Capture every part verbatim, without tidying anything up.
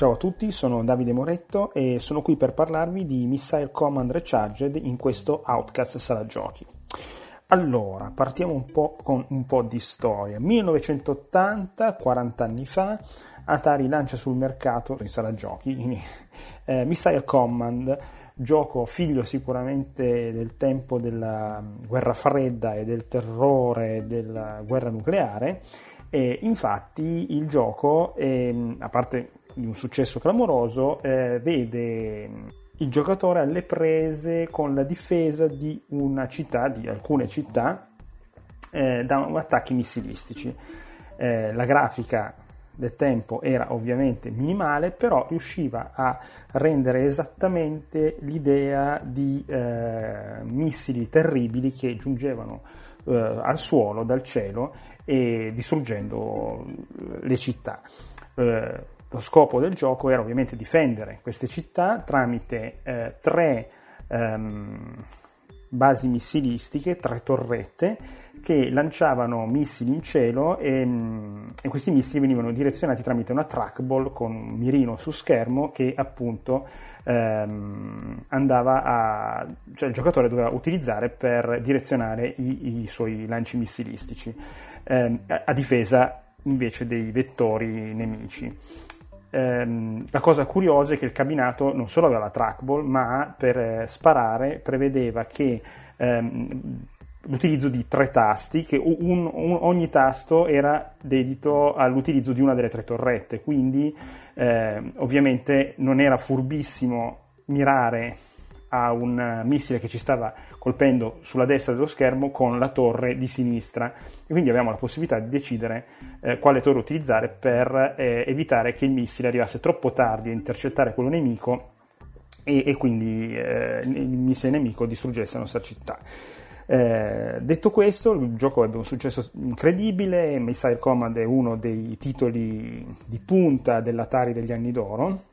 Ciao a tutti, sono Davide Moretto e sono qui per parlarvi di Missile Command Recharged in questo Outcast Sala Giochi. Allora, partiamo un po' con un po' di storia. millenovecentottanta, quaranta anni fa, Atari lancia sul mercato, in sala giochi, eh, Missile Command, gioco figlio sicuramente del tempo della guerra fredda e del terrore della guerra nucleare. E infatti il gioco, eh, a parte di un successo clamoroso, eh, vede il giocatore alle prese con la difesa di una città, di alcune città, eh, da attacchi missilistici. Eh, la grafica del tempo era ovviamente minimale, però riusciva a rendere esattamente l'idea di eh, missili terribili che giungevano eh, al suolo, dal cielo, e distruggendo le città. Eh, lo scopo del gioco era ovviamente difendere queste città tramite eh, tre ehm, basi missilistiche, tre torrette che lanciavano missili in cielo e, e questi missili venivano direzionati tramite una trackball con un mirino su schermo che appunto ehm, andava a, cioè il giocatore doveva utilizzare per direzionare i, i suoi lanci missilistici ehm, a, a difesa invece dei vettori nemici. Ehm, la cosa curiosa è che il cabinato non solo aveva la trackball, ma per eh, sparare prevedeva che ehm, l'utilizzo di tre tasti, che un, un, ogni tasto era dedito all'utilizzo di una delle tre torrette, quindi eh, ovviamente non era furbissimo mirare a un missile che ci stava colpendo sulla destra dello schermo con la torre di sinistra, e quindi avevamo la possibilità di decidere eh, quale torre utilizzare per eh, evitare che il missile arrivasse troppo tardi a intercettare quello nemico e, e quindi eh, il missile nemico distruggesse la nostra città. Eh, detto questo, il gioco ebbe un successo incredibile. Missile Command è uno dei titoli di punta dell'Atari degli anni d'oro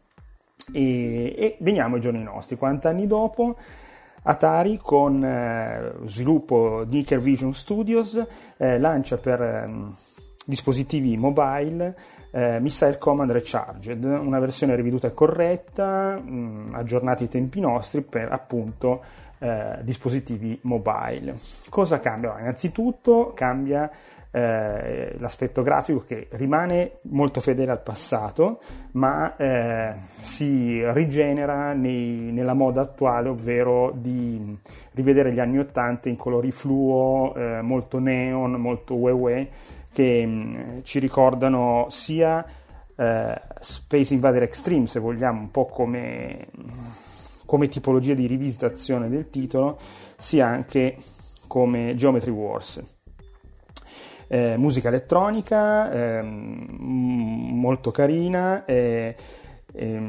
e, e veniamo ai giorni nostri. quaranta anni dopo, Atari con eh, sviluppo di Nicker Vision Studios eh, lancia per eh, dispositivi mobile eh, Missile Command Recharged, una versione riveduta e corretta, mh, aggiornati ai tempi nostri per appunto Eh, dispositivi mobile. Cosa cambia? Innanzitutto cambia eh, l'aspetto grafico, che rimane molto fedele al passato, ma eh, si rigenera nei, nella moda attuale, ovvero di rivedere gli anni ottanta in colori fluo, eh, molto neon, molto ue-ue, che mh, ci ricordano sia eh, Space Invader Extreme, se vogliamo, un po' come come tipologia di rivisitazione del titolo, sia anche come Geometry Wars. Eh, musica elettronica eh, molto carina e, e,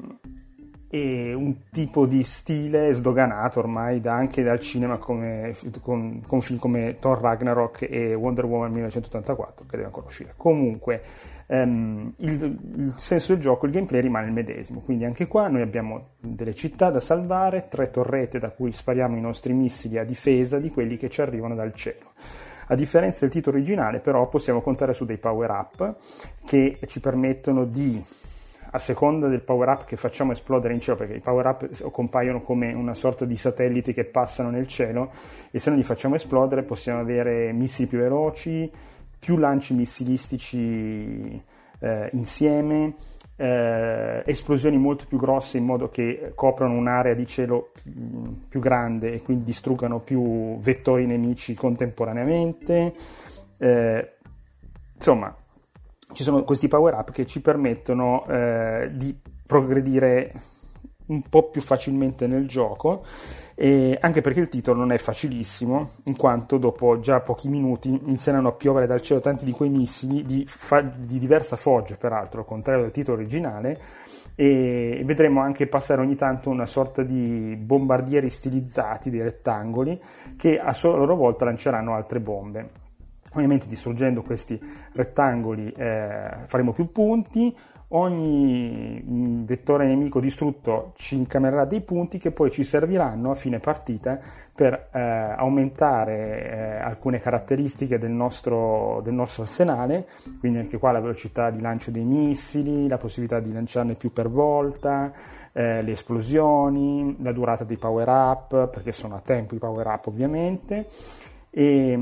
e un tipo di stile sdoganato ormai da, anche dal cinema, come, con, con film come Thor Ragnarok e Wonder Woman millenovecentottantaquattro, che devono conoscere. Comunque Um, il, il senso del gioco, il gameplay rimane il medesimo, quindi anche qua noi abbiamo delle città da salvare, tre torrette da cui spariamo i nostri missili a difesa di quelli che ci arrivano dal cielo. A differenza del titolo originale, però, possiamo contare su dei power up che ci permettono di, a seconda del power up che facciamo esplodere in cielo, perché i power up compaiono come una sorta di satelliti che passano nel cielo, e se noi li facciamo esplodere possiamo avere missili più veloci, più lanci missilistici eh, insieme, eh, esplosioni molto più grosse in modo che coprono un'area di cielo mh, più grande e quindi distruggano più vettori nemici contemporaneamente. Eh, insomma, ci sono questi power up che ci permettono eh, di progredire un po' più facilmente nel gioco, e anche perché il titolo non è facilissimo, in quanto dopo già pochi minuti iniziano a piovere dal cielo tanti di quei missili di, fa- di diversa foggia, peraltro al contrario del titolo originale, e vedremo anche passare ogni tanto una sorta di bombardieri stilizzati, di rettangoli, che a sua loro volta lanceranno altre bombe. Ovviamente distruggendo questi rettangoli eh, faremo più punti, ogni vettore nemico distrutto ci incamererà dei punti che poi ci serviranno a fine partita per eh, aumentare eh, alcune caratteristiche del nostro, del nostro arsenale, quindi anche qua la velocità di lancio dei missili, la possibilità di lanciarne più per volta, eh, le esplosioni, la durata dei power up, perché sono a tempo i power up ovviamente, e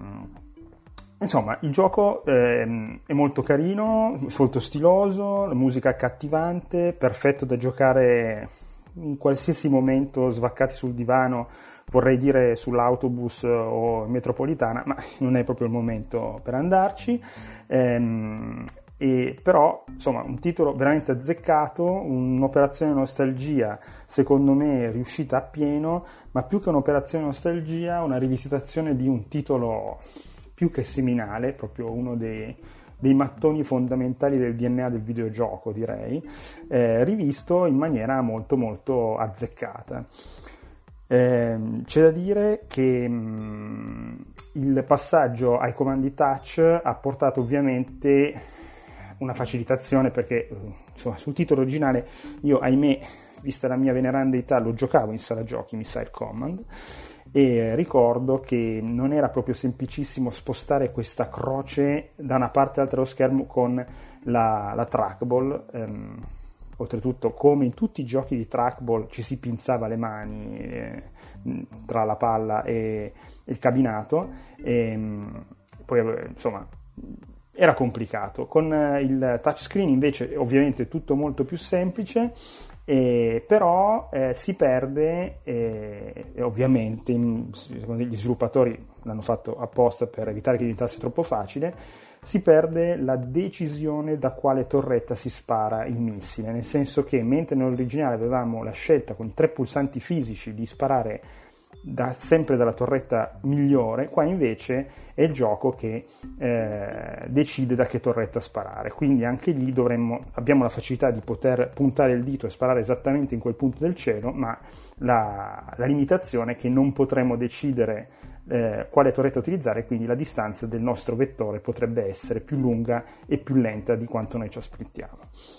insomma, il gioco eh, è molto carino, molto stiloso, la musica accattivante, perfetto da giocare in qualsiasi momento svaccati sul divano, vorrei dire sull'autobus o in metropolitana, ma non è proprio il momento per andarci. Ehm, e però, insomma, un titolo veramente azzeccato, un'operazione nostalgia, secondo me, riuscita appieno, ma più che un'operazione nostalgia, una rivisitazione di un titolo più che seminale, proprio uno dei, dei mattoni fondamentali del D N A del videogioco, direi, eh, rivisto in maniera molto molto azzeccata. Eh, c'è da dire che mh, il passaggio ai comandi touch ha portato ovviamente una facilitazione, perché insomma, sul titolo originale io, ahimè, vista la mia veneranda età, lo giocavo in sala giochi Missile Command, e ricordo che non era proprio semplicissimo spostare questa croce da una parte all'altra dello schermo con la, la trackball. Ehm, oltretutto, come in tutti i giochi di trackball, ci si pinzava le mani eh, tra la palla e il cabinato, e poi insomma era complicato. Con il touchscreen invece ovviamente è tutto molto più semplice, eh, però eh, si perde, eh, e ovviamente gli sviluppatori l'hanno fatto apposta per evitare che diventasse troppo facile, si perde la decisione da quale torretta si spara il missile, nel senso che mentre nell'originale avevamo la scelta con i tre pulsanti fisici di sparare da, sempre dalla torretta migliore, qua invece è il gioco che eh, decide da che torretta sparare, quindi anche lì dovremmo, abbiamo la facilità di poter puntare il dito e sparare esattamente in quel punto del cielo, ma la, la limitazione è che non potremo decidere eh, quale torretta utilizzare, quindi la distanza del nostro vettore potrebbe essere più lunga e più lenta di quanto noi ci aspettiamo.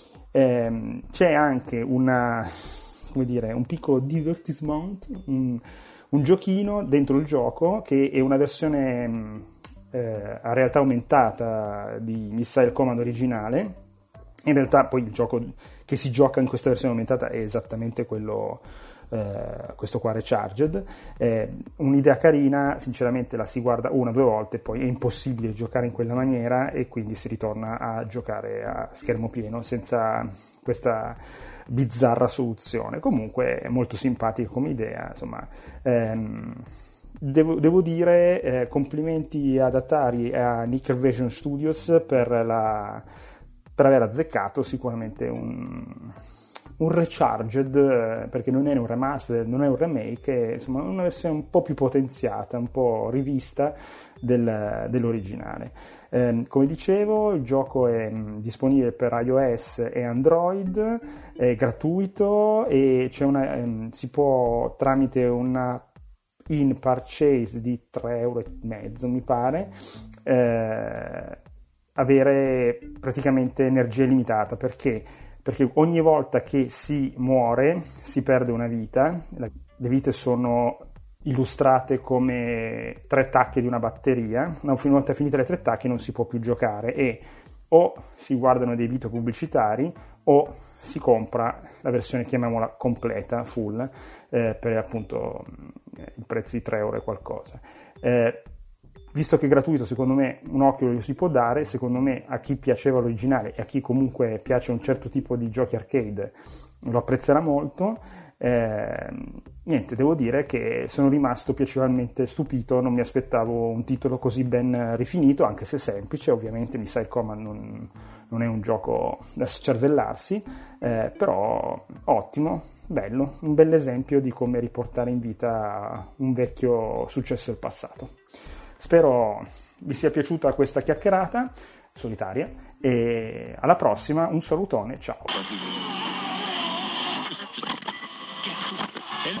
Eh, c'è anche una, come dire, un piccolo divertissement, un, un giochino dentro il gioco che è una versione eh, a realtà aumentata di Missile Command originale. In realtà poi il gioco che si gioca in questa versione aumentata è esattamente quello, eh, questo qua Recharged. È un'idea carina, sinceramente la si guarda una o due volte, poi è impossibile giocare in quella maniera e quindi si ritorna a giocare a schermo pieno senza questa bizzarra soluzione. Comunque è molto simpatica come idea, insomma. Ehm, devo, devo dire eh, complimenti ad Atari e a Nickelodeon Studios per, la, per aver azzeccato sicuramente un, un Recharged, eh, perché non è un remaster, non è un remake, è insomma una versione un po' più potenziata, un po' rivista del, dell'originale. Eh, come dicevo, il gioco è mh, disponibile per iOS e Android, è gratuito e c'è una, ehm, si può tramite una in purchase di tre euro e mezzo mi pare eh, avere praticamente energia illimitata. Perché? Perché ogni volta che si muore si perde una vita. Le vite sono illustrate come tre tacche di una batteria. Una volta finite le tre tacche non si può più giocare e o si guardano dei video pubblicitari o si compra la versione, chiamiamola completa, full, eh, per appunto il prezzo di tre euro e qualcosa. Eh, visto che è gratuito, secondo me un occhio lo si può dare. Secondo me a chi piaceva l'originale e a chi comunque piace un certo tipo di giochi arcade lo apprezzerà molto. Eh, niente, devo dire che sono rimasto piacevolmente stupito, non mi aspettavo un titolo così ben rifinito, anche se semplice. Ovviamente Missile Command non, non è un gioco da scervellarsi, eh, però ottimo, bello, un bel esempio di come riportare in vita un vecchio successo del passato. Spero vi sia piaciuta questa chiacchierata solitaria e alla prossima, un salutone, ciao!